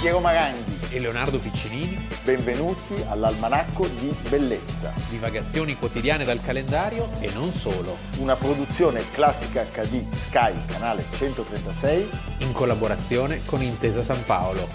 Piero Maranghi e Leonardo Piccinini. Benvenuti all'Almanacco di Bellezza. Divagazioni quotidiane dal calendario e non solo. Una produzione Classica HD Sky, canale 136. In collaborazione con Intesa San Paolo.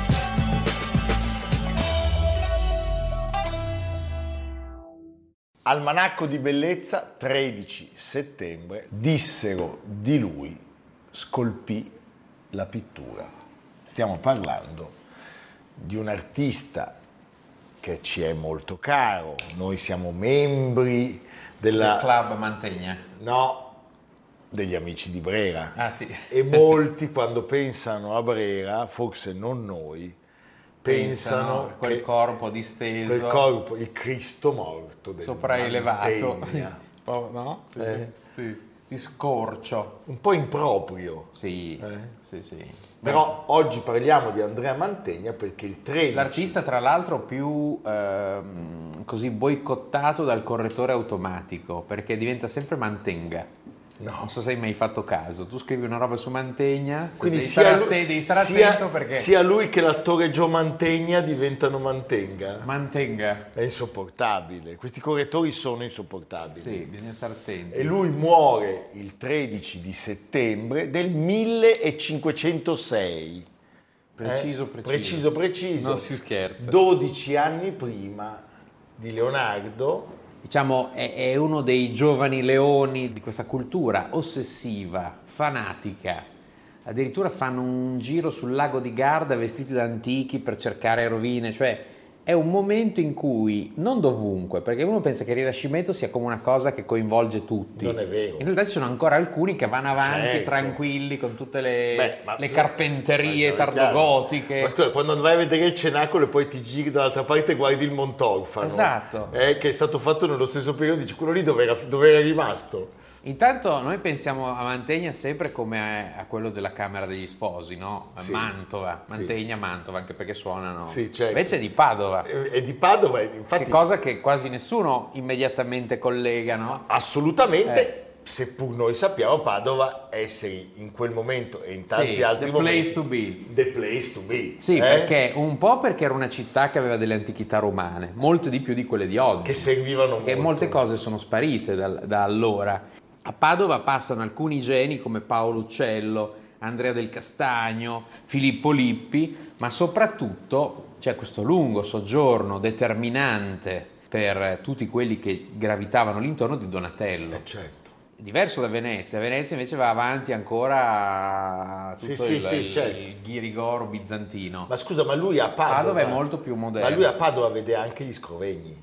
Almanacco di Bellezza, 13 settembre. Dissero di lui, scolpì la pittura. Stiamo parlando di un artista che ci è molto caro. Noi siamo membri del Club Mantegna. No, degli Amici di Brera. Ah sì. E molti quando pensano a Brera, forse non noi, pensano quel che corpo disteso, quel corpo, il Cristo morto del sopraelevato, Mantegna. no? Sì. Di scorcio. Un po' improprio. Sì, sì. Però oggi parliamo di Andrea Mantegna perché il 13... L'artista tra l'altro più così boicottato dal correttore automatico, perché diventa sempre Mantenga. No. Non so se hai mai fatto caso, tu scrivi una roba su Mantegna, Quindi devi stare attento perché... sia lui che l'attore Joe Mantegna diventano Mantenga. Mantenga. È insopportabile, questi correttori sono insopportabili. Sì, bisogna stare attenti. E lui muore il 13 di settembre del 1506. Preciso. Preciso. Non si scherza. 12 anni prima di Leonardo. Diciamo, è uno dei giovani leoni di questa cultura ossessiva, fanatica. Addirittura fanno un giro sul lago di Garda vestiti da antichi per cercare rovine, cioè è un momento in cui, non dovunque, perché uno pensa che il Rinascimento sia come una cosa che coinvolge tutti. Non è vero. In realtà ci sono ancora alcuni che vanno avanti, certo, tranquilli, con tutte le carpenterie ma tardogotiche. Ma scusa, quando vai a vedere il cenacolo e poi ti giri dall'altra parte e guardi il Montorfano, Esatto. Che è stato fatto nello stesso periodo, dici quello lì dove era rimasto? Intanto noi pensiamo a Mantegna sempre come a quello della Camera degli Sposi, no? Sì. Mantegna, Mantova, anche perché suonano. Sì, certo. Invece è di Padova. È di Padova, infatti. Che cosa che quasi nessuno immediatamente collega, no? Assolutamente, seppur noi sappiamo Padova essere in quel momento e in tanti altri momenti the place to be. The place to be. Sì, perché un po' perché era una città che aveva delle antichità romane, molte di più di quelle di oggi. Che servivano molto. Che molte cose sono sparite da allora. A Padova passano alcuni geni come Paolo Uccello, Andrea del Castagno, Filippo Lippi, ma soprattutto c'è questo lungo soggiorno determinante per tutti quelli che gravitavano l'intorno di Donatello. Certo. Diverso da Venezia. Venezia invece va avanti ancora tutto il ghirigoro bizantino. Ma scusa, ma lui a Padova è molto più moderno. Ma lui a Padova vede anche gli Scrovegni.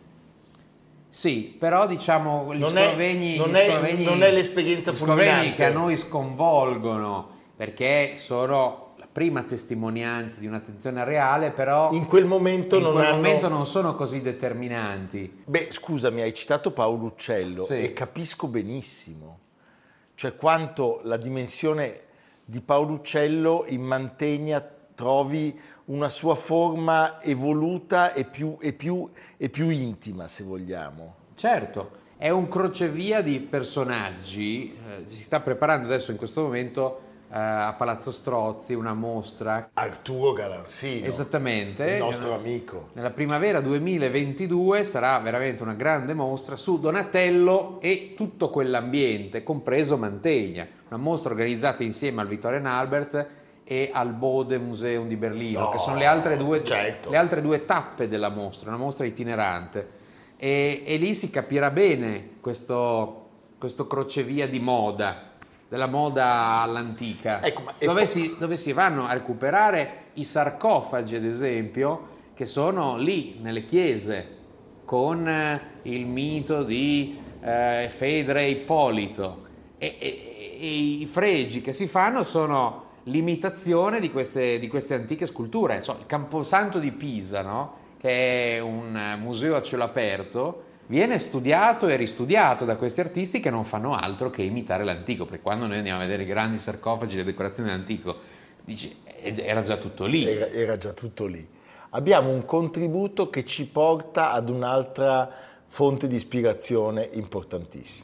Sì, però diciamo non è l'esperienza fulminante che a noi sconvolgono perché sono la prima testimonianza di un'attenzione reale, però in quel momento non sono così determinanti. Beh, scusami, hai citato Paolo Uccello e capisco benissimo, cioè quanto la dimensione di Paolo Uccello in Mantegna trovi una sua forma evoluta e più intima, se vogliamo. Certo, è un crocevia di personaggi, si sta preparando adesso in questo momento a Palazzo Strozzi una mostra. Arturo Galansino, esattamente, il nostro amico. Nella primavera 2022 sarà veramente una grande mostra su Donatello e tutto quell'ambiente, compreso Mantegna, una mostra organizzata insieme al Victorian Albert e al Bode Museum di Berlino, che sono le altre due tappe della mostra, una mostra itinerante. E lì si capirà bene questo crocevia di moda, della moda all'antica, dove si vanno a recuperare i sarcofagi, ad esempio, che sono lì nelle chiese, con il mito di Fedre e Ippolito, e i fregi che si fanno sono l'imitazione di queste antiche sculture. Il Camposanto di Pisa, no? Che è un museo a cielo aperto, viene studiato e ristudiato da questi artisti che non fanno altro che imitare l'antico, perché quando noi andiamo a vedere i grandi sarcofagi, le decorazioni dell'antico, dici, era già tutto lì. Era già tutto lì. Abbiamo un contributo che ci porta ad un'altra fonte di ispirazione importantissima.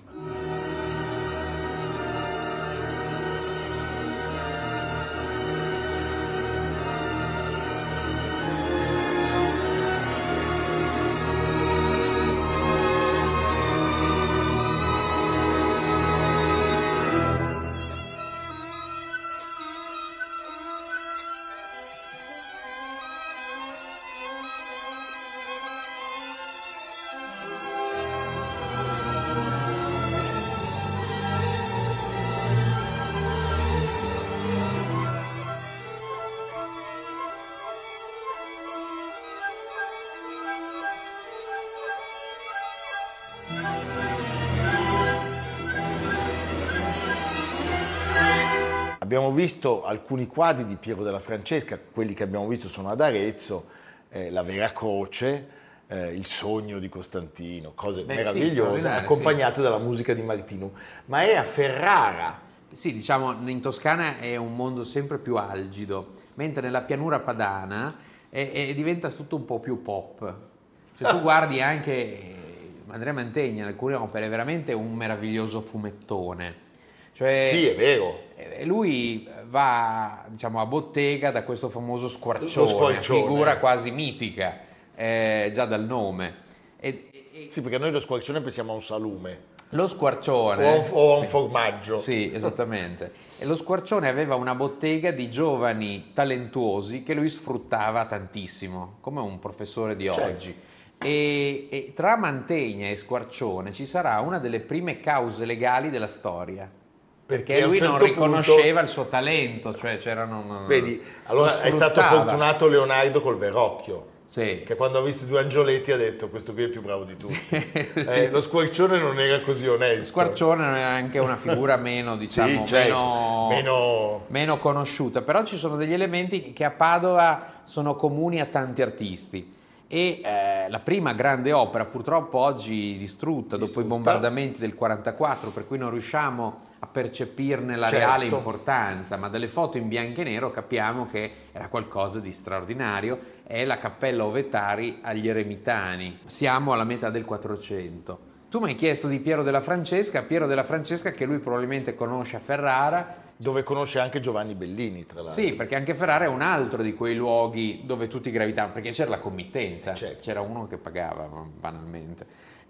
Abbiamo visto alcuni quadri di Piero della Francesca, quelli che abbiamo visto sono ad Arezzo, la Vera Croce, il Sogno di Costantino, cose meravigliose, accompagnate dalla musica di Martino. Ma è a Ferrara. Sì, diciamo, in Toscana è un mondo sempre più algido, mentre nella pianura padana diventa tutto un po' più pop. Cioè, tu guardi anche Andrea Mantegna, in alcune opere, è veramente un meraviglioso fumettone. Cioè, sì, è vero. Lui va, diciamo, a bottega da questo famoso squarcione, figura quasi mitica, già dal nome. Sì, perché noi lo squarcione pensiamo a un salume. Lo squarcione o a un formaggio. Sì, esattamente. E lo squarcione aveva una bottega di giovani talentuosi che lui sfruttava tantissimo, come un professore di oggi. E tra Mantegna e Squarcione ci sarà una delle prime cause legali della storia, perché lui non riconosceva il suo talento, cioè c'erano. Vedi, allora è stato fortunato Leonardo col Verrocchio. Sì. Che quando ha visto due angioletti ha detto questo qui è il più bravo di tutti. Lo Squarcione non era così onesto. Lo Squarcione non era anche una figura meno, diciamo, sì, certo. meno conosciuta, però ci sono degli elementi che a Padova sono comuni a tanti artisti. E la prima grande opera, purtroppo oggi distrutta dopo i bombardamenti del 44, per cui non riusciamo a percepirne la reale importanza, ma dalle foto in bianco e nero capiamo che era qualcosa di straordinario, è la Cappella Ovetari agli Eremitani. Siamo alla metà del 400. Tu mi hai chiesto di Piero della Francesca che lui probabilmente conosce a Ferrara, dove conosce anche Giovanni Bellini, tra l'altro. Sì, perché anche Ferrara è un altro di quei luoghi dove tutti gravitavano, perché c'era la committenza, c'era uno che pagava banalmente.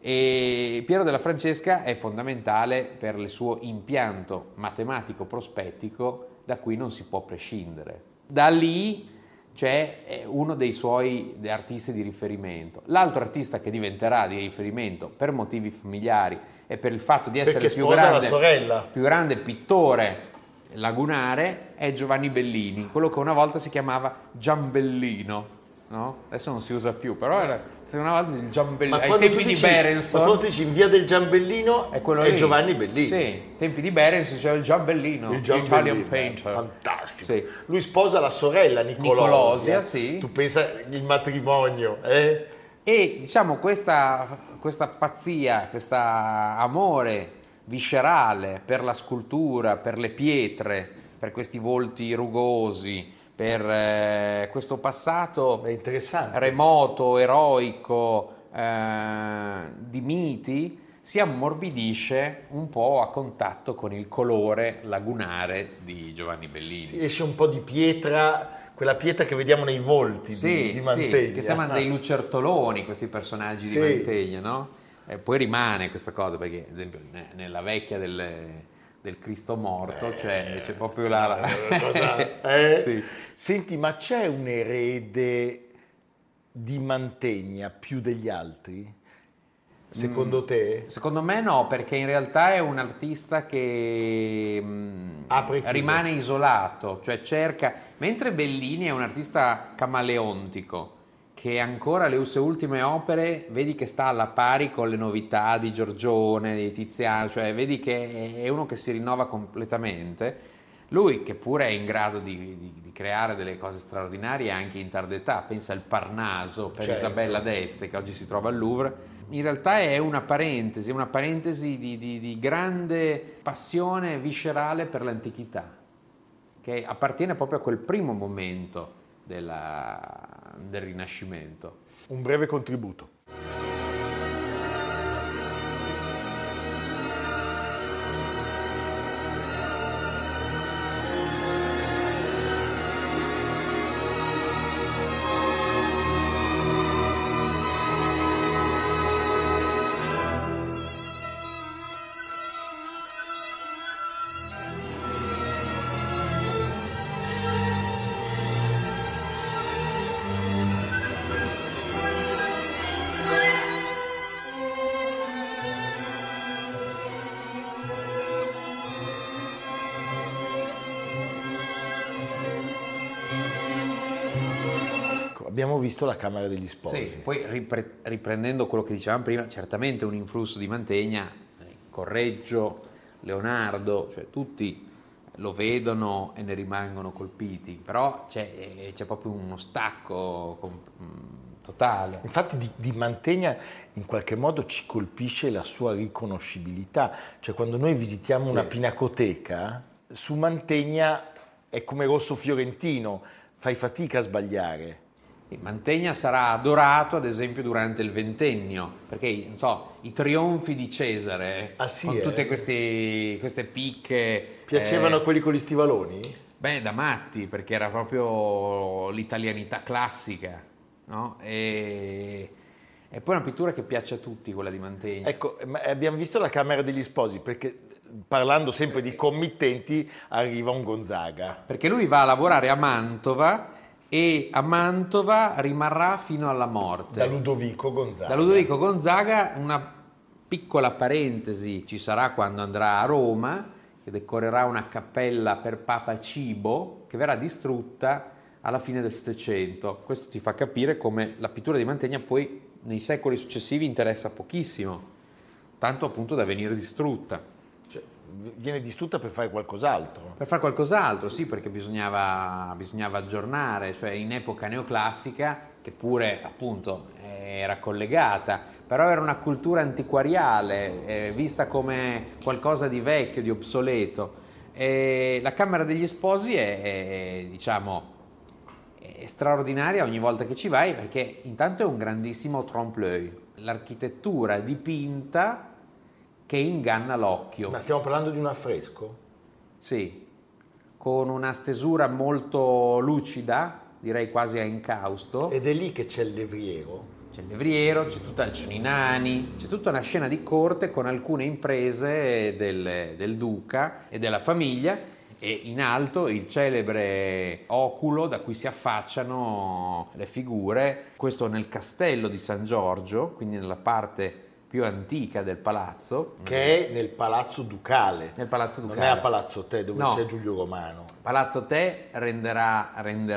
E Piero della Francesca è fondamentale per il suo impianto matematico prospettico da cui non si può prescindere. Da lì c'è uno dei suoi artisti di riferimento. L'altro artista che diventerà di riferimento per motivi familiari e per il fatto di essere il più grande pittore lagunare è Giovanni Bellini, quello che una volta si chiamava Giambellino, no? Adesso non si usa più, però una volta il Giambellino, ai tempi di Berenson. Ma quando dici in via del Giambellino è Giovanni Bellini. Sì, ai tempi di Berenson c'era il Giambellino, l'Italian painter. Fantastico. Sì. Lui sposa la sorella Nicolosia, sì. Tu pensa il matrimonio, E diciamo questa pazzia, questo amore viscerale per la scultura, per le pietre, per questi volti rugosi, per questo passato remoto, eroico, di miti, si ammorbidisce un po' a contatto con il colore lagunare di Giovanni Bellini. Sì, esce un po' di pietra, quella pietra che vediamo nei volti di Mantegna. Sì, che sembrano dei lucertoloni questi personaggi di Mantegna, no? E poi rimane questa cosa, perché ad esempio nella vecchia del Cristo morto c'è proprio la cosa, Sì. Senti, ma c'è un erede di Mantegna più degli altri? Secondo te? Secondo me no, perché in realtà è un artista che rimane isolato, cioè cerca, mentre Bellini è un artista camaleontico che ancora le sue ultime opere vedi che sta alla pari con le novità di Giorgione, di Tiziano, cioè vedi che è uno che si rinnova completamente. Lui, che pure è in grado di creare delle cose straordinarie anche in tarda età, pensa al Parnaso per Isabella d'Este, che oggi si trova al Louvre, in realtà è una parentesi di grande passione viscerale per l'antichità, che appartiene proprio a quel primo momento del Rinascimento. Un breve contributo. Abbiamo visto la Camera degli Sposi. Sì, poi riprendendo quello che dicevamo prima, certamente un influsso di Mantegna, Correggio, Leonardo, cioè tutti lo vedono e ne rimangono colpiti, però c'è proprio uno stacco totale. Infatti di Mantegna in qualche modo ci colpisce la sua riconoscibilità, cioè quando noi visitiamo una pinacoteca, su Mantegna è come Rosso Fiorentino, fai fatica a sbagliare. Mantegna sarà adorato ad esempio durante il ventennio, perché non so, i trionfi di Cesare con tutte queste picche. Piacevano quelli con gli stivaloni? Beh, da matti, perché era proprio l'italianità classica, no? E poi una pittura che piace a tutti, quella di Mantegna. Ecco, abbiamo visto la Camera degli Sposi, perché parlando sempre di committenti arriva un Gonzaga. Perché lui va a lavorare a Mantova e a Mantova rimarrà fino alla morte. Da Ludovico Gonzaga. Da Ludovico Gonzaga, una piccola parentesi ci sarà quando andrà a Roma, che decorerà una cappella per Papa Cibo, che verrà distrutta alla fine del Settecento. Questo ti fa capire come la pittura di Mantegna poi nei secoli successivi interessa pochissimo, tanto appunto da venire distrutta. Viene distrutta per fare qualcos'altro. Per fare qualcos'altro, sì, perché bisognava aggiornare, cioè in epoca neoclassica, che pure appunto era collegata, però era una cultura antiquariale, vista come qualcosa di vecchio, di obsoleto. E la Camera degli Sposi è straordinaria ogni volta che ci vai, perché intanto è un grandissimo trompe-l'œil, l'architettura dipinta che inganna l'occhio. Ma stiamo parlando di un affresco? Sì, con una stesura molto lucida, direi quasi a incausto. Ed è lì che c'è il levriero. C'è il levriero, ci sono i nani, c'è tutta una scena di corte con alcune imprese del duca e della famiglia, e in alto il celebre oculo da cui si affacciano le figure, questo nel castello di San Giorgio, quindi nella parte più antica del palazzo, che è nel Palazzo Ducale. Nel Palazzo Ducale. Non è a Palazzo Te, dove No. c'è Giulio Romano. Palazzo Te renderà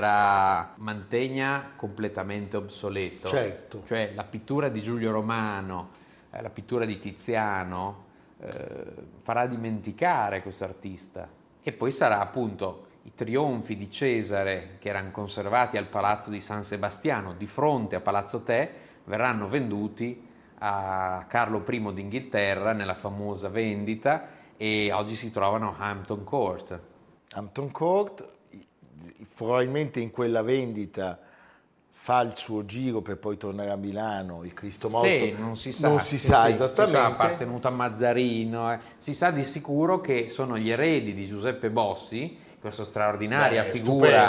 Mantegna completamente obsoleto. Certo. Cioè la pittura di Giulio Romano, la pittura di Tiziano farà dimenticare questo artista. E poi sarà appunto i trionfi di Cesare, che erano conservati al Palazzo di San Sebastiano di fronte a Palazzo Te, verranno venduti a Carlo I d'Inghilterra nella famosa vendita, e oggi si trovano a Hampton Court. Hampton Court, probabilmente in quella vendita fa il suo giro per poi tornare a Milano, il Cristo morto. Sì, non si sa Esattamente. Si sa, appartenuto a Mazzarino. Si sa di sicuro che sono gli eredi di Giuseppe Bossi, questa straordinaria figura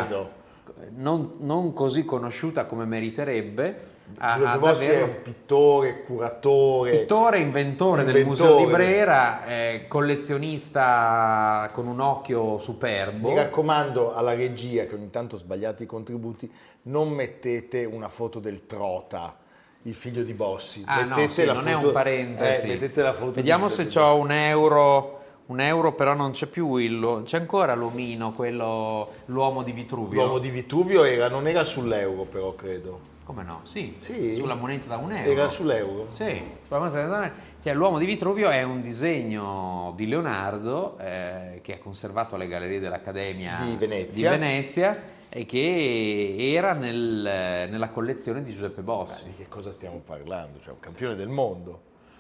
non così conosciuta come meriterebbe. Giuseppe Bossi è un pittore, curatore, inventore del Museo di Brera, collezionista con un occhio superbo. Mi raccomando alla regia, che ogni tanto sbagliate i contributi, non mettete una foto del Trota, il figlio di Bossi. Mettete la non foto, è un parente. Mettete la foto. Vediamo se c'ho un euro, però non c'è più c'è ancora l'omino, quello, l'uomo di Vitruvio. L'uomo di Vitruvio non era sull'euro, però credo. Come no? Sì, Sì, sulla moneta da €1. Era sull'euro. Sì, sulla moneta da €1. Cioè, l'uomo di Vitruvio è un disegno di Leonardo che è conservato alle Gallerie dell'Accademia di Venezia e che era nella collezione di Giuseppe Bossi. Di che cosa stiamo parlando? Cioè, un campione del mondo.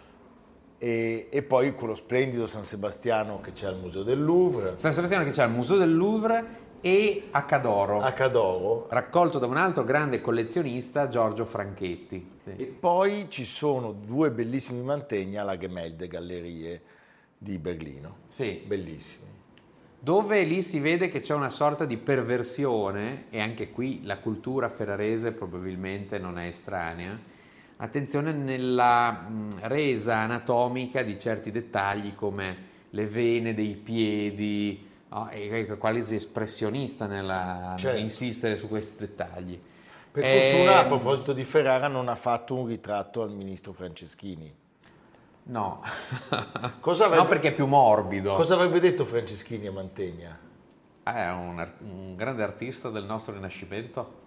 E poi quello splendido San Sebastiano che c'è al Museo del Louvre. San Sebastiano che c'è al Museo del Louvre e a Cadoro, raccolto da un altro grande collezionista, Giorgio Franchetti. Sì. E poi ci sono due bellissimi Mantegna alla Gemälde Gallerie di Berlino. Sì. Bellissimi. Dove lì si vede che c'è una sorta di perversione, e anche qui la cultura ferrarese probabilmente non è estranea. Attenzione nella resa anatomica di certi dettagli come le vene dei piedi, no? E quasi espressionista nell'insistere su questi dettagli. Per fortuna, a proposito di Ferrara, non ha fatto un ritratto al ministro Franceschini. No, No, perché è più morbido. Cosa avrebbe detto Franceschini a Mantegna? È un grande artista del nostro Rinascimento.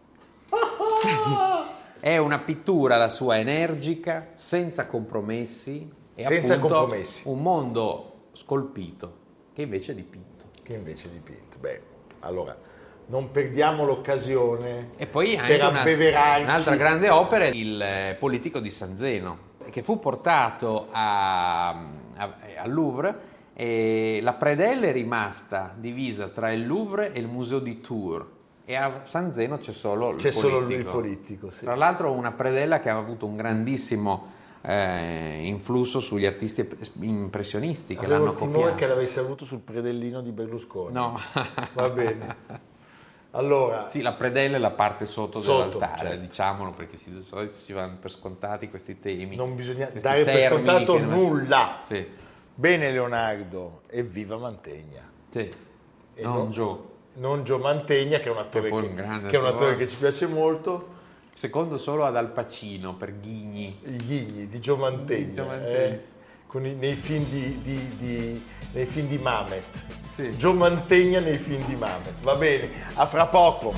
È una pittura, la sua, energica, senza compromessi, e Senza appunto compromessi. un mondo scolpito che invece è dipinto. che invece dipinto. Beh, allora, non perdiamo l'occasione E poi per anche abbeverarci. un'altra grande opera è il Politico di San Zeno, che fu portato al Louvre, e la predella è rimasta divisa tra il Louvre e il Museo di Tours, e a San Zeno c'è solo il politico, sì. Tra l'altro una predella che ha avuto un grandissimo influsso sugli artisti impressionisti che Avevo l'hanno il timore copiato. che l'avesse avuto sul predellino di Berlusconi. No. Va bene. Allora, Sì, la predella è la parte sotto dell'altare, certo. diciamolo, perché di solito si vanno per scontati questi temi. non bisogna questi dare per termini scontato che non- nulla. Sì, Bene Leonardo, evviva Mantegna. sì. E Non Joe. Non Gio Mantegna, che è un attore, poi un grande che è un attore attore. che ci piace molto. Secondo solo ad Al Pacino per Ghigni. I Ghigni di Gio Mantegna, Di Gio Mantegna. nei film nei film di Mamet. Sì. Gio Mantegna nei film di Mamet. Va bene, a fra poco.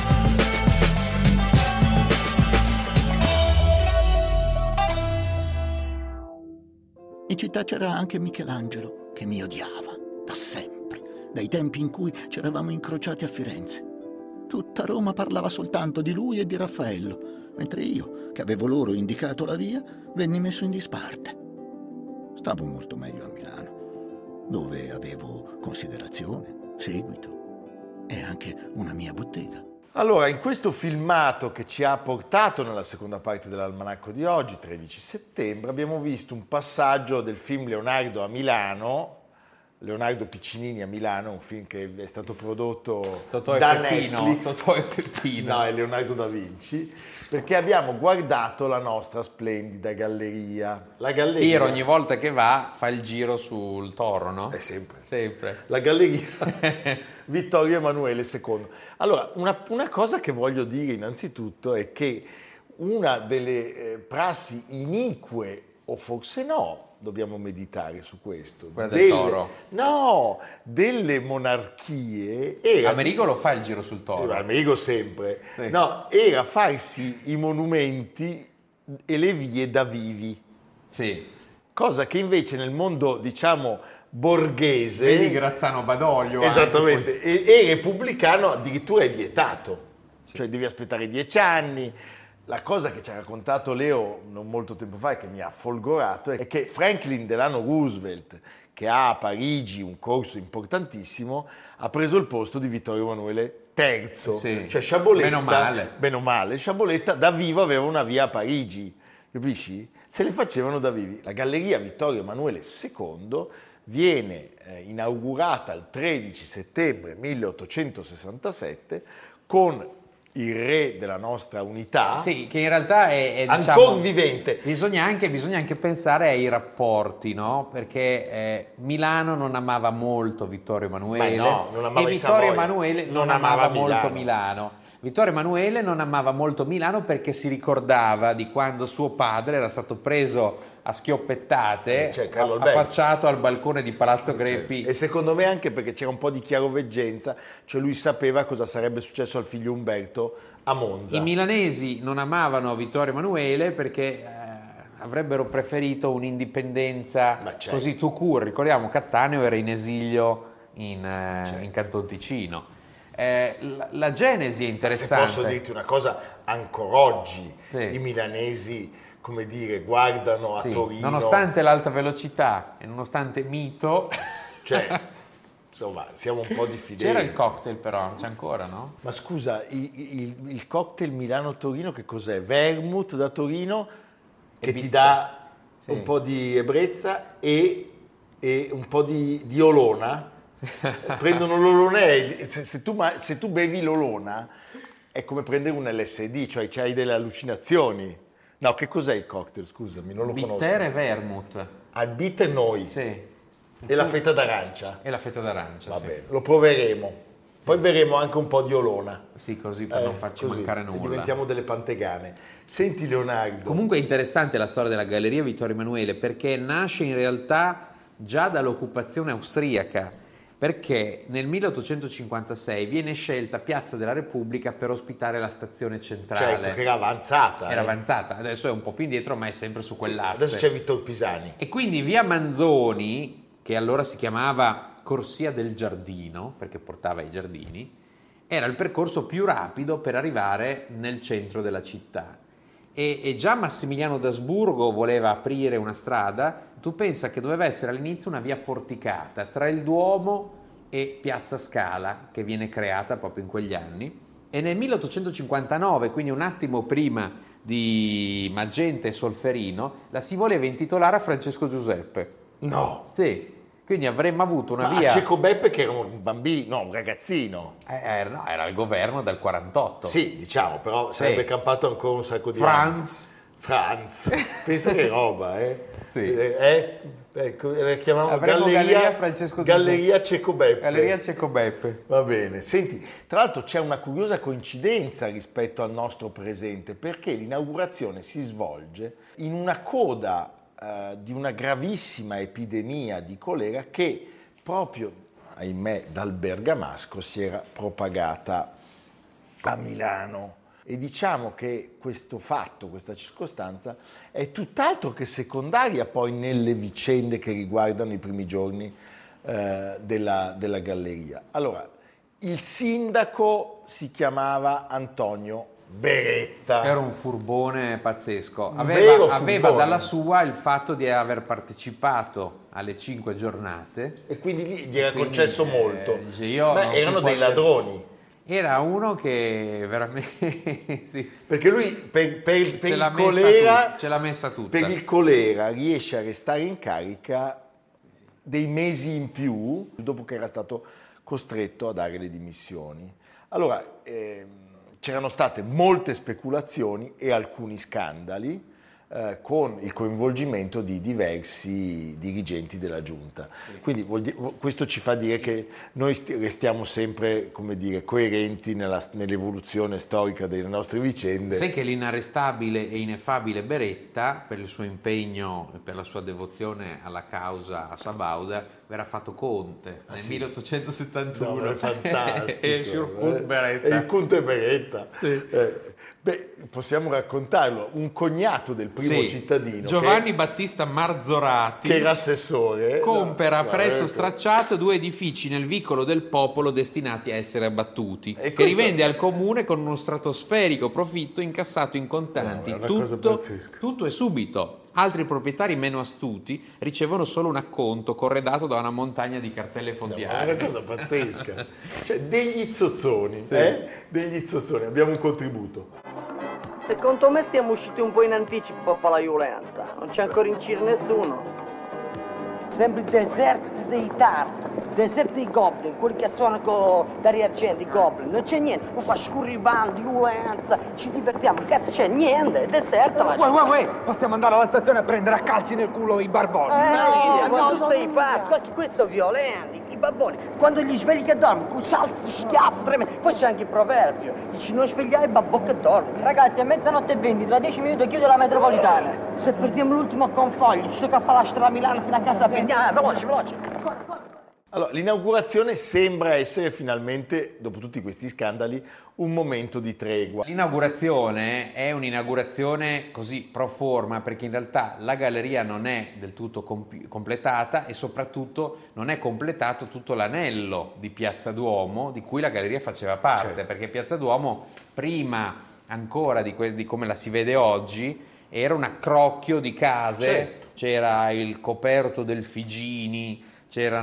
In città c'era anche Michelangelo, che mi odiava, da sempre, dai tempi in cui ci eravamo incrociati a Firenze. Tutta Roma parlava soltanto di lui e di Raffaello, mentre io, che avevo loro indicato la via, venni messo in disparte. Stavo molto meglio a Milano, dove avevo considerazione, seguito e anche una mia bottega. Allora, in questo filmato che ci ha portato nella seconda parte dell'almanacco di oggi, 13 settembre, abbiamo visto un passaggio del film Leonardo a Milano, Leonardo Piccinini a Milano, un film che è stato prodotto Totò e da Peppino, Netflix. Totò e Peppino. No, è Leonardo da Vinci, perché abbiamo guardato la nostra splendida galleria. La galleria Piero ogni volta che va fa il giro sul Toro, no? è sempre. Sempre. La galleria Vittorio Emanuele II. Allora, una cosa che voglio dire innanzitutto è che una delle prassi inique, o forse no, dobbiamo meditare su questo. Quella del Toro. No, delle monarchie era Amerigo lo fa il giro sul Toro. Amerigo sempre. Sì. No, era farsi i monumenti e le vie da vivi. Sì. Cosa che invece nel mondo, diciamo, borghese, Vedi Grazzano Badoglio. esattamente, e repubblicano addirittura è vietato. Cioè devi aspettare 10 anni. La cosa che ci ha raccontato Leo non molto tempo fa e che mi ha folgorato è che Franklin Delano Roosevelt, che ha a Parigi un corso importantissimo, ha preso il posto di Vittorio Emanuele III. Sì. Cioè Sciaboletta, Meno male. Sciaboletta da vivo aveva una via a Parigi, capisci? Se le facevano da vivi. La galleria Vittorio Emanuele II viene inaugurata il 13 settembre 1867 con il re della nostra unità, Sì, che in realtà è ancora diciamo, vivente. bisogna anche pensare ai rapporti, no? Perché Milano non amava molto Vittorio Emanuele, Ma no, non amava e i Vittorio Savoia. Emanuele non Non amava amava molto Milano. Milano. Vittorio Emanuele non amava molto Milano perché si ricordava di quando suo padre era stato preso a schioppettate, C'è Carlo Alberto. affacciato al balcone di Palazzo Greppi. E secondo me anche perché c'era un po' di chiaroveggenza, cioè lui sapeva cosa sarebbe successo al figlio Umberto a Monza. I milanesi non amavano Vittorio Emanuele perché avrebbero preferito un'indipendenza Ma certo. così tout court. Ricordiamo, Cattaneo era in esilio in Certo. Canton Ticino. La genesi è Se interessante. posso dirti una cosa, ancora oggi Sì. i milanesi, come dire, guardano a Sì, Torino. nonostante l'alta velocità e nonostante Mito, Cioè, insomma, siamo un po' diffidenti. c'era il cocktail però, c'è ancora, no? Ma scusa, il cocktail Milano-Torino che cos'è? Vermouth da Torino che ti bitter. dà Sì. un po' di ebbrezza e un po' di olona. Prendono l'olona e se tu bevi l'olona è come prendere un LSD, cioè c'hai delle allucinazioni. No, che cos'è il cocktail? Scusami, non lo Bitter conosco. e vermouth. Al bitter noi Sì. e la fetta d'arancia. E la fetta d'arancia. Va sì. bene, lo proveremo. Poi berremo anche un po' di olona. Sì, così per non farci Così, mancare e nulla. diventiamo delle pantegane. Senti Leonardo, Comunque è interessante la storia della Galleria Vittorio Emanuele perché nasce in realtà già dall'occupazione austriaca, perché nel 1856 viene scelta Piazza della Repubblica per ospitare la stazione centrale. certo che era avanzata. Era avanzata, adesso è un po' più indietro ma è sempre su quell'asse. Adesso c'è Vittor Pisani. E quindi via Manzoni, che allora si chiamava corsia del giardino, perché portava ai giardini, era il percorso più rapido per arrivare nel centro della città. E già Massimiliano d'Asburgo voleva aprire una strada. Tu pensa che doveva essere all'inizio una via porticata tra il Duomo e Piazza Scala, che viene creata proprio in quegli anni, e nel 1859, quindi un attimo prima di Magenta e Solferino, la si voleva intitolare a Francesco Giuseppe. No! Sì, quindi avremmo avuto una Ma via... a Cecco Beppe che era un bambino, no, un ragazzino. no, era il governo del 48. Sì, diciamo, però sarebbe campato ancora un sacco di Franz. Pensa che roba, eh? Sì. Ecco, la chiamiamo Avremo Galleria Francesco Giuseppe. Galleria Cecco Beppe. Galleria Cecco Beppe. Va bene. Senti, tra l'altro c'è una curiosa coincidenza rispetto al nostro presente, perché l'inaugurazione si svolge in una coda di una gravissima epidemia di colera che proprio, ahimè, dal Bergamasco si era propagata a Milano. E diciamo che questo fatto, questa circostanza, è tutt'altro che secondaria poi nelle vicende che riguardano i primi giorni della Galleria. Allora, il sindaco si chiamava Antonio Beretta. Era un furbone pazzesco. Vero Aveva furbone. dalla sua il fatto di aver partecipato alle 5 giornate. E quindi gli era concesso molto. Dice, io ma non si erano può dei dire- ladroni. Era uno che veramente sì, Perché lui per ce l'ha il colera, ce l'ha messa tutta. per il colera riesce a restare in carica dei mesi in più dopo che era stato costretto a dare le dimissioni. Allora, c'erano state molte speculazioni e alcuni scandali con il coinvolgimento di diversi dirigenti della giunta. Quindi questo ci fa dire che noi restiamo sempre, come dire, coerenti nell'evoluzione storica delle nostre vicende. Sai che l'inarrestabile e ineffabile Beretta, per il suo impegno e per la sua devozione alla causa Sabauda, verrà fatto conte nel 1871. No, ma è fantastico. E Schurkut Beretta. E il Conte Beretta. Sì. Possiamo raccontarlo. Un cognato del primo Sì, cittadino, Giovanni Battista Marzorati, che era assessore, compera a prezzo ecco. stracciato 2 edifici nel vicolo del popolo destinati a essere abbattuti, E che questo- rivende al comune con uno stratosferico profitto incassato in contanti, No, è una cosa pazzesca. tutto e subito. Altri proprietari meno astuti ricevono solo un acconto corredato da una montagna di cartelle È fondiarie. una cosa pazzesca. Cioè, degli zozzoni, Sì. Degli zozzoni. Abbiamo un contributo. Secondo me siamo usciti un po' in anticipo per la violenza, non c'è ancora in giro nessuno. Sembra il deserto dei Tart, deserto dei Goblin, quelli che suonano con Dario Argento, i Goblin, non c'è niente, non fa scurribando, violenza, ci divertiamo, cazzo c'è niente, è deserta la Uè, possiamo andare alla stazione a prendere a calci nel culo i barboni. ma tu sei pazzo, ma che questi sono violenti, i babboni, quando gli svegli che dormono, con salti di schiaffo, tremendo, poi c'è anche il proverbio, dici non svegliare il babbo che dorme. Ragazzi, è mezzanotte e 20, tra 10 minuti chiudo la metropolitana. Se perdiamo l'ultimo convoglio, ci tocca fare la strada a Milano fino a casa, prendiamo, veloce. Allora, l'inaugurazione sembra essere finalmente, dopo tutti questi scandali, un momento di tregua. L'inaugurazione è un'inaugurazione così pro forma, perché in realtà la galleria non è del tutto completata e soprattutto non è completato tutto l'anello di Piazza Duomo di cui la galleria faceva parte, Certo. perché Piazza Duomo, prima ancora di come la si vede oggi, era un accrocchio di case, Certo. c'era il coperto del Figini, era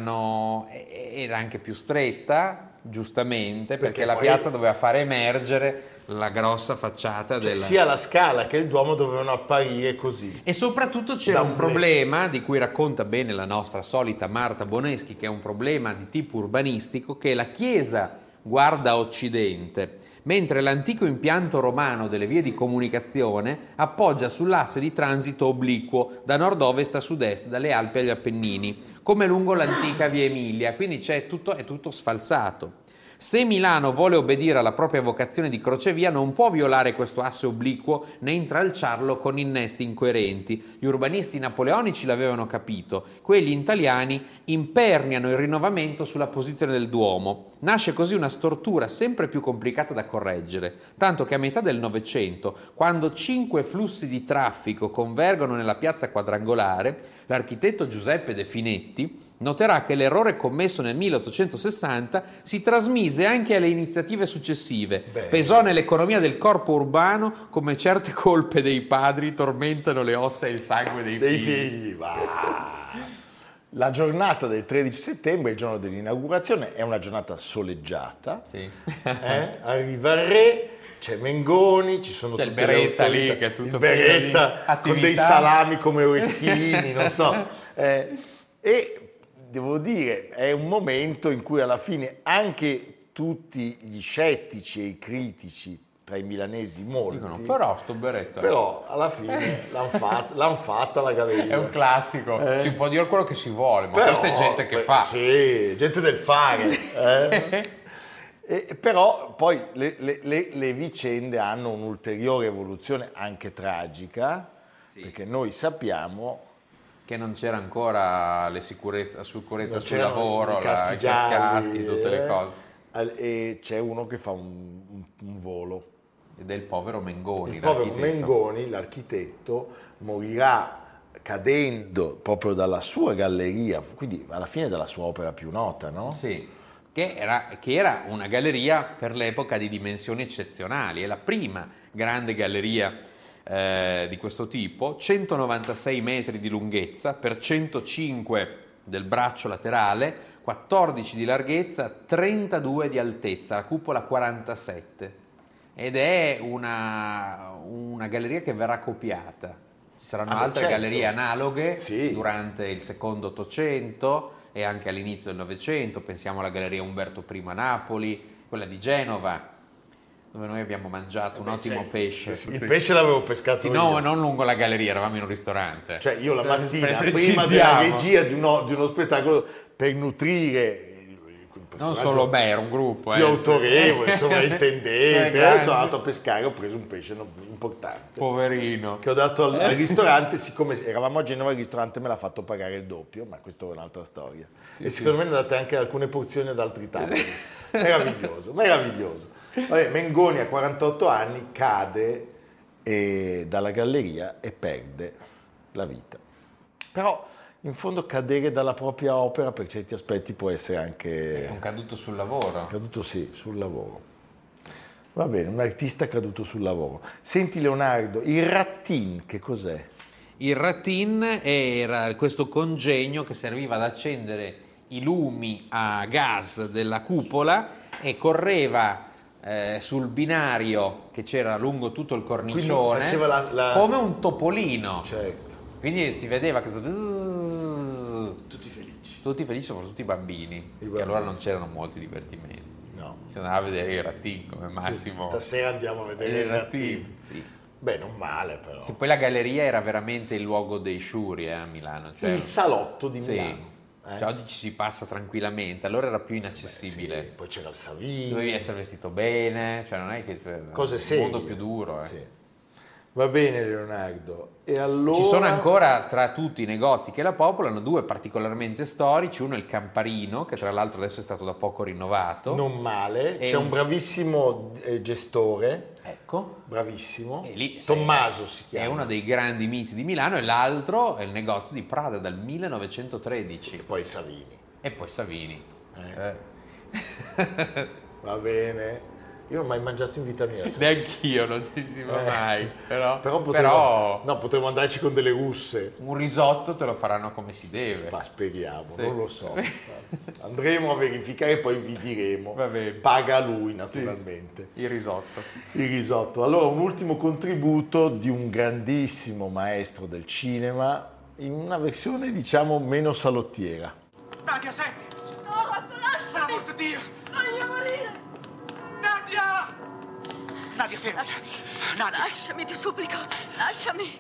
anche più stretta, giustamente, perché la poi- piazza doveva fare emergere la grossa facciata Cioè, della... sia la Scala che il Duomo dovevano apparire così. E soprattutto c'era Da un un problema di cui racconta bene la nostra solita Marta Boneschi, che è un problema di tipo urbanistico, che la chiesa guarda a occidente, mentre l'antico impianto romano delle vie di comunicazione appoggia sull'asse di transito obliquo da nord-ovest a sud-est, dalle Alpi agli Appennini, come lungo l'antica via Emilia, quindi è tutto sfalsato. Se Milano vuole obbedire alla propria vocazione di crocevia, non può violare questo asse obliquo né intralciarlo con innesti incoerenti. Gli urbanisti napoleonici l'avevano capito, quelli italiani imperniano il rinnovamento sulla posizione del Duomo. Nasce così una stortura sempre più complicata da correggere, tanto che a metà del Novecento, quando 5 flussi di traffico convergono nella piazza quadrangolare, l'architetto Giuseppe De Finetti noterà che l'errore commesso nel 1860 si trasmise anche alle iniziative successive. Pesò nell'economia del corpo urbano come certe colpe dei padri tormentano le ossa e il sangue dei figli. La giornata del 13 settembre, il giorno dell'inaugurazione, è una giornata soleggiata. Sì. Arriva il re, c'è Mengoni, ci sono c'è tutte il Beretta le lì che è tutto il Beretta pieno di attività, con dei salami come orecchini, non so. E devo dire, è un momento in cui alla fine anche tutti gli scettici e i critici, tra i milanesi molti, dicono, però sto Beretta. Però alla fine l'han fatta la galleria. È un classico, si può dire quello che si vuole, ma Però, questa è gente che fa. Sì, gente del fare. Però poi le vicende hanno un'ulteriore evoluzione anche tragica, perché noi sappiamo che non c'era ancora la sicurezza sul lavoro, i caschi gialli, tutte le cose. E c'è uno che fa un volo. Ed è il povero Mengoni. Il povero Mengoni, l'architetto, morirà cadendo proprio dalla sua galleria, quindi alla fine della sua opera più nota, no? Sì, che era una galleria per l'epoca di dimensioni eccezionali, è la prima grande galleria di questo tipo, 196 metri di lunghezza per 105 del braccio laterale, 14 di larghezza, 32 di altezza, la cupola 47. Ed è una galleria che verrà copiata. Ci saranno altre gallerie analoghe durante il secondo Ottocento e anche all'inizio del Novecento. Pensiamo alla Galleria Umberto I a Napoli, quella di Genova, dove noi abbiamo mangiato un ottimo pesce. Il pesce l'avevo pescato io. No, non lungo la galleria, eravamo in un ristorante. Cioè io la mattina, prima della regia di uno spettacolo, per nutrire non solo era un gruppo più autorevole, sovrintendente, sono andato a pescare, ho preso un pesce importante, poverino, che ho dato al ristorante. Siccome eravamo a Genova, il ristorante me l'ha fatto pagare il doppio, ma questa è un'altra storia. Secondo me ne date anche alcune porzioni ad altri tavoli. Meraviglioso. Vabbè, Mengoni a 48 anni cade dalla galleria e perde la vita. Però in fondo cadere dalla propria opera per certi aspetti può essere anche... È un caduto sul lavoro. Caduto sul lavoro. Va bene, un artista caduto sul lavoro. Senti Leonardo, il rattin che cos'è? Il rattin era questo congegno che serviva ad accendere i lumi a gas della cupola e correva sul binario che c'era lungo tutto il cornicione come un topolino. Certo. Quindi si vedeva questo... Tutti felici, soprattutto i bambini, che allora non c'erano molti divertimenti. No. Si andava a vedere il rattin come massimo. Stasera andiamo a vedere il rattin. Sì. Beh, non male però. Sì, poi la galleria era veramente il luogo dei sciuri a Milano. Cioè, il salotto di Milano. Sì. Cioè, oggi ci si passa tranquillamente, allora era più inaccessibile. Sì. Poi c'era il Savini. Dovevi essere vestito bene, cioè non è che cose il mondo più duro. Sì. Va bene Leonardo. E allora... Ci sono ancora tra tutti i negozi che la popolano due particolarmente storici, uno è il Camparino, che tra l'altro adesso è stato da poco rinnovato. Non male, c'è un bravissimo gestore. Ecco. Bravissimo. E lì, Tommaso si chiama. È uno dei grandi miti di Milano e l'altro è il negozio di Prada dal 1913. E poi Savini. Va bene. Io non ho mai mangiato in vita mia. Neanch'io, non si va mai. Però potremmo andarci con delle russe. Un risotto te lo faranno come si deve. Ma speriamo, non lo so. Andremo a verificare e poi vi diremo. Va bene. Paga lui naturalmente. Sì, il risotto. Allora, un ultimo contributo di un grandissimo maestro del cinema in una versione diciamo meno salottiera. Nadia, senti! No, Rocco, lasciami! Per l'amor di Dio! Voglio morire! Nadia! Nadia, fermati! Nadia! Lasciami, ti supplico! Lasciami!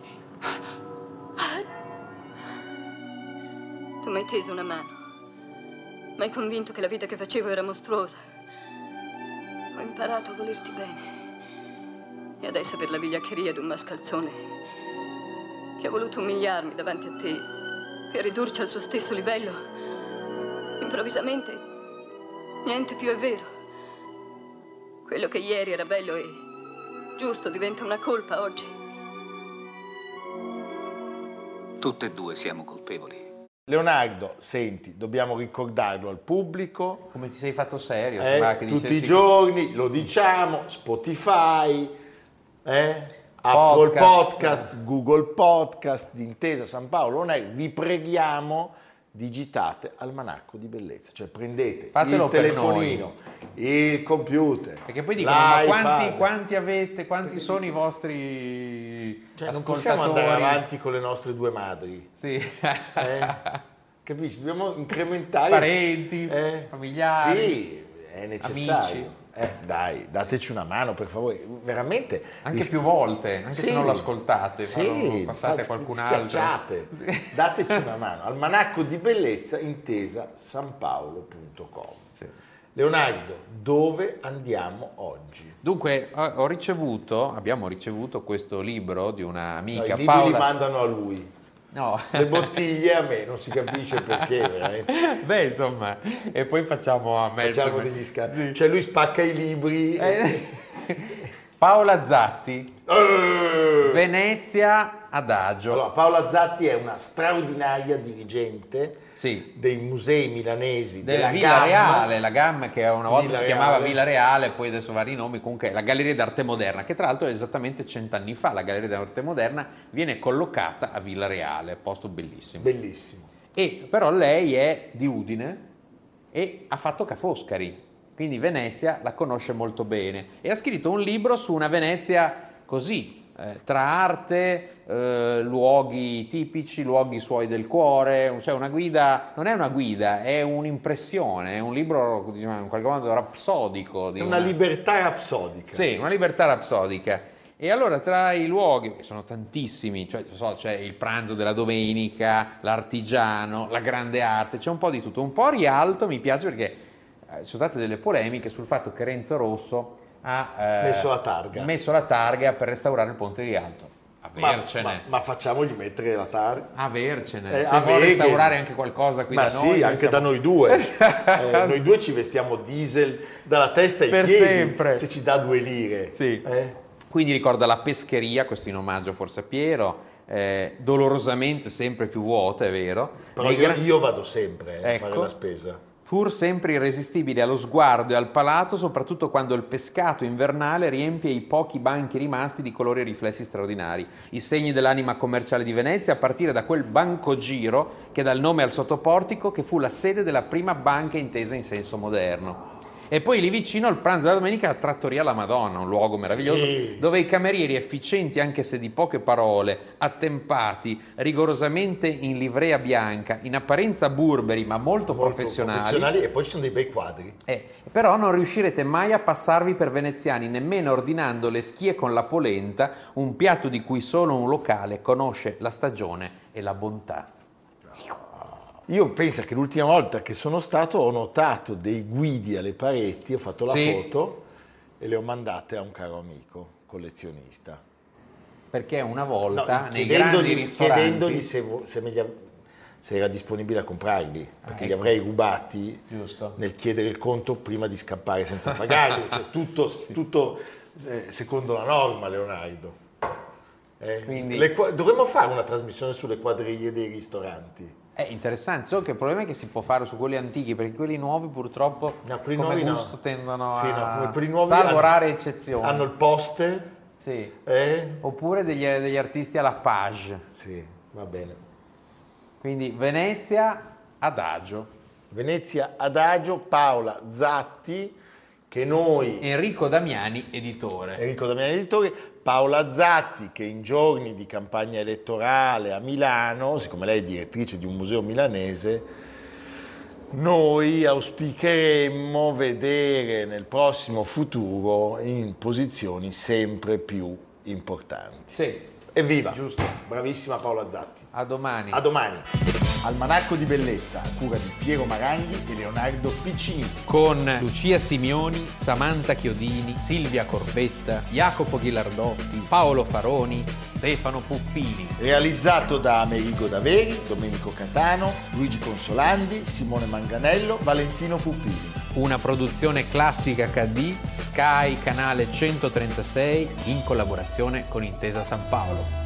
Tu mi hai teso una mano. Mi hai convinto che la vita che facevo era mostruosa. Ho imparato a volerti bene. E adesso per la vigliaccheria di un mascalzone che ha voluto umiliarmi davanti a te per ridurci al suo stesso livello, improvvisamente niente più è vero. Quello che ieri era bello e giusto diventa una colpa oggi. Tutte e due siamo colpevoli. Leonardo, senti, dobbiamo ricordarlo al pubblico. Come ti sei fatto serio? Sembrava che Tutti i dicessi- giorni, lo diciamo, Spotify, Apple Podcast, Google Podcast, d'Intesa San Paolo On-Air. Vi preghiamo, digitate Almanacco di Bellezza, cioè prendete Fatelo il per telefonino, il computer, Perché poi dicono, ma l'iPad. quanti avete, quanti sono i vostri Cioè, non ascoltatori? possiamo andare avanti con le nostre due madri. Sì. Capisci? Dobbiamo incrementare Parenti, familiari, Sì, è necessario. amici. Dai, dateci una mano per favore, veramente. Anche più volte, anche se Sì. non l'ascoltate, passate a qualcun altro. Schiacciate. Sì. Dateci una mano. Almanacco di Bellezza, intesa sanpaolo.com. Sì. Leonardo, dove andiamo oggi? Dunque, abbiamo ricevuto questo libro di una No, amica, i libri Paola. li mandano a lui. No. Le bottiglie a me, non si capisce perché, veramente. Beh, insomma, e poi facciamo a mezzo. Facciamo degli scambi. Cioè lui spacca i libri. Paola Zatti, Venezia Adagio. Allora, Paola Zatti è una straordinaria dirigente Sì. dei musei milanesi Della della Villa Gamma. Reale, la Gamma che una volta Villa si chiamava Reale. Villa Reale, poi adesso vari nomi, comunque è la Galleria d'Arte Moderna, che tra l'altro è esattamente 100 anni fa, la Galleria d'Arte Moderna viene collocata a Villa Reale, posto bellissimo. Bellissimo. E però lei è di Udine e ha fatto Ca' Foscari, quindi Venezia la conosce molto bene e ha scritto un libro su una Venezia così, tra arte, luoghi tipici, luoghi suoi del cuore, cioè una guida, non è una guida, è un'impressione, è un libro diciamo, in qualche modo rapsodico. Di È una libertà rapsodica. Sì, una libertà rapsodica. E allora tra i luoghi, che sono tantissimi, cioè c'è il pranzo della domenica, l'artigiano, la grande arte, c'è un po' di tutto. Un po' Rialto mi piace perché ci sono state delle polemiche sul fatto che Renzo Rosso ha messo la targa per restaurare il ponte di Rialto. Avercene. Ma facciamogli mettere la targa. Avercene. Se vuoi restaurare anche qualcosa qui ma da noi. sì, anche siamo... da noi due. Noi due ci vestiamo diesel dalla testa ai Per piedi. sempre. Se ci dà 2 lire. Sì. Quindi ricorda la pescheria, questo in omaggio forse a Piero, dolorosamente sempre più vuota, è vero. Però io vado sempre a fare la spesa. Pur sempre irresistibile allo sguardo e al palato, soprattutto quando il pescato invernale riempie i pochi banchi rimasti di colori e riflessi straordinari. I segni dell'anima commerciale di Venezia, a partire da quel bancogiro che dà il nome al sottoportico, che fu la sede della prima banca intesa in senso moderno. E poi lì vicino al pranzo della domenica la Trattoria La Madonna, un luogo meraviglioso, sì, dove i camerieri efficienti, anche se di poche parole, attempati, rigorosamente in livrea bianca, in apparenza burberi ma molto professionali. E poi ci sono dei bei quadri. Però non riuscirete mai a passarvi per veneziani, nemmeno ordinando le schie con la polenta, un piatto di cui solo un locale conosce la stagione e la bontà. Io penso che l'ultima volta che sono stato ho notato dei guidi alle pareti, ho fatto la foto e le ho mandate a un caro amico collezionista. Perché una volta nei grandi ristoranti... Chiedendogli se era disponibile a comprarli, perché li avrei rubati. Giusto. Nel chiedere il conto prima di scappare senza pagarli. Cioè, tutto secondo la norma, Leonardo. Quindi... dovremmo fare una trasmissione sulle quadriglie dei ristoranti. È interessante, solo che il problema è che si può fare su quelli antichi, perché quelli nuovi purtroppo come gusto tendono a quelli nuovi salvo rare eccezioni. Hanno il poster. Sì. Oppure degli artisti alla page. Sì, va bene. Quindi Venezia Adagio. Venezia Adagio, Paola Zatti, che noi... Enrico Damiani, editore. Paola Zatti, che in giorni di campagna elettorale a Milano, siccome lei è direttrice di un museo milanese, noi auspicheremmo vedere nel prossimo futuro in posizioni sempre più importanti. Sì. Evviva! Giusto. Bravissima Paola Zatti. A domani. A domani. Almanacco di Bellezza, a cura di Piero Maranghi e Leonardo Piccini. Con Lucia Simioni, Samantha Chiodini, Silvia Corbetta, Jacopo Ghilardotti, Paolo Faroni, Stefano Puppini. Realizzato da Amerigo Daveri, Domenico Catano, Luigi Consolandi, Simone Manganello, Valentino Puppini. Una produzione Classica HD, Sky Canale 136, in collaborazione con Intesa San Paolo.